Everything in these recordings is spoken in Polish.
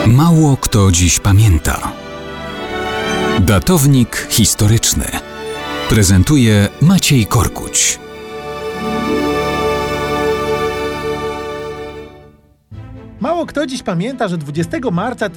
Mało kto dziś pamięta. Datownik historyczny prezentuje Maciej Korkuć. Mało kto dziś pamięta, że 20 marca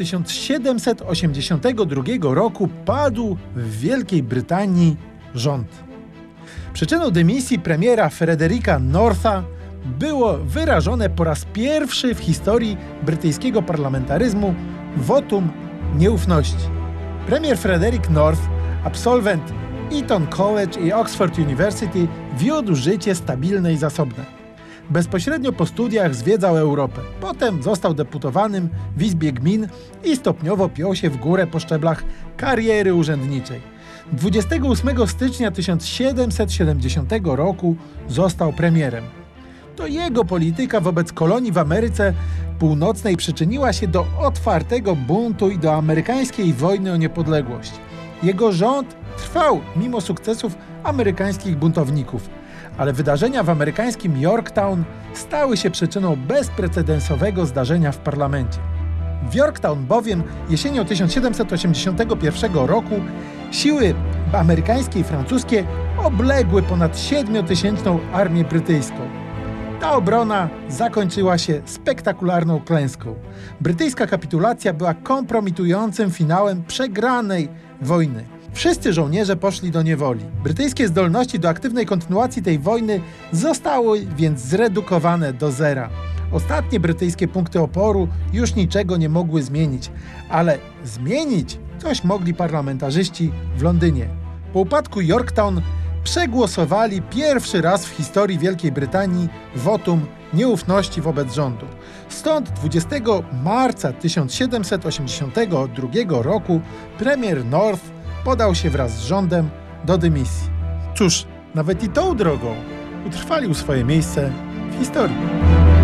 1782 roku padł w Wielkiej Brytanii rząd. Przyczyną dymisji premiera Fredericka Northa było wyrażone po raz pierwszy w historii brytyjskiego parlamentaryzmu wotum nieufności. Premier Frederick North, absolwent Eton College i Oxford University, wiódł życie stabilne i zasobne. Bezpośrednio po studiach zwiedzał Europę. Potem został deputowanym w Izbie Gmin i stopniowo piął się w górę po szczeblach kariery urzędniczej. 28 stycznia 1770 roku został premierem. To jego polityka wobec kolonii w Ameryce Północnej przyczyniła się do otwartego buntu i do amerykańskiej wojny o niepodległość. Jego rząd trwał mimo sukcesów amerykańskich buntowników, ale wydarzenia w amerykańskim Yorktown stały się przyczyną bezprecedensowego zdarzenia w parlamencie. W Yorktown bowiem jesienią 1781 roku siły amerykańskie i francuskie obległy ponad 7-tysięczną armię brytyjską. Ta obrona zakończyła się spektakularną klęską. Brytyjska kapitulacja była kompromitującym finałem przegranej wojny. Wszyscy żołnierze poszli do niewoli. Brytyjskie zdolności do aktywnej kontynuacji tej wojny zostały więc zredukowane do zera. Ostatnie brytyjskie punkty oporu już niczego nie mogły zmienić, ale zmienić coś mogli parlamentarzyści w Londynie. Po upadku Yorktown przegłosowali pierwszy raz w historii Wielkiej Brytanii wotum nieufności wobec rządu. Stąd 20 marca 1782 roku premier North podał się wraz z rządem do dymisji. Cóż, nawet i tą drogą utrwalił swoje miejsce w historii.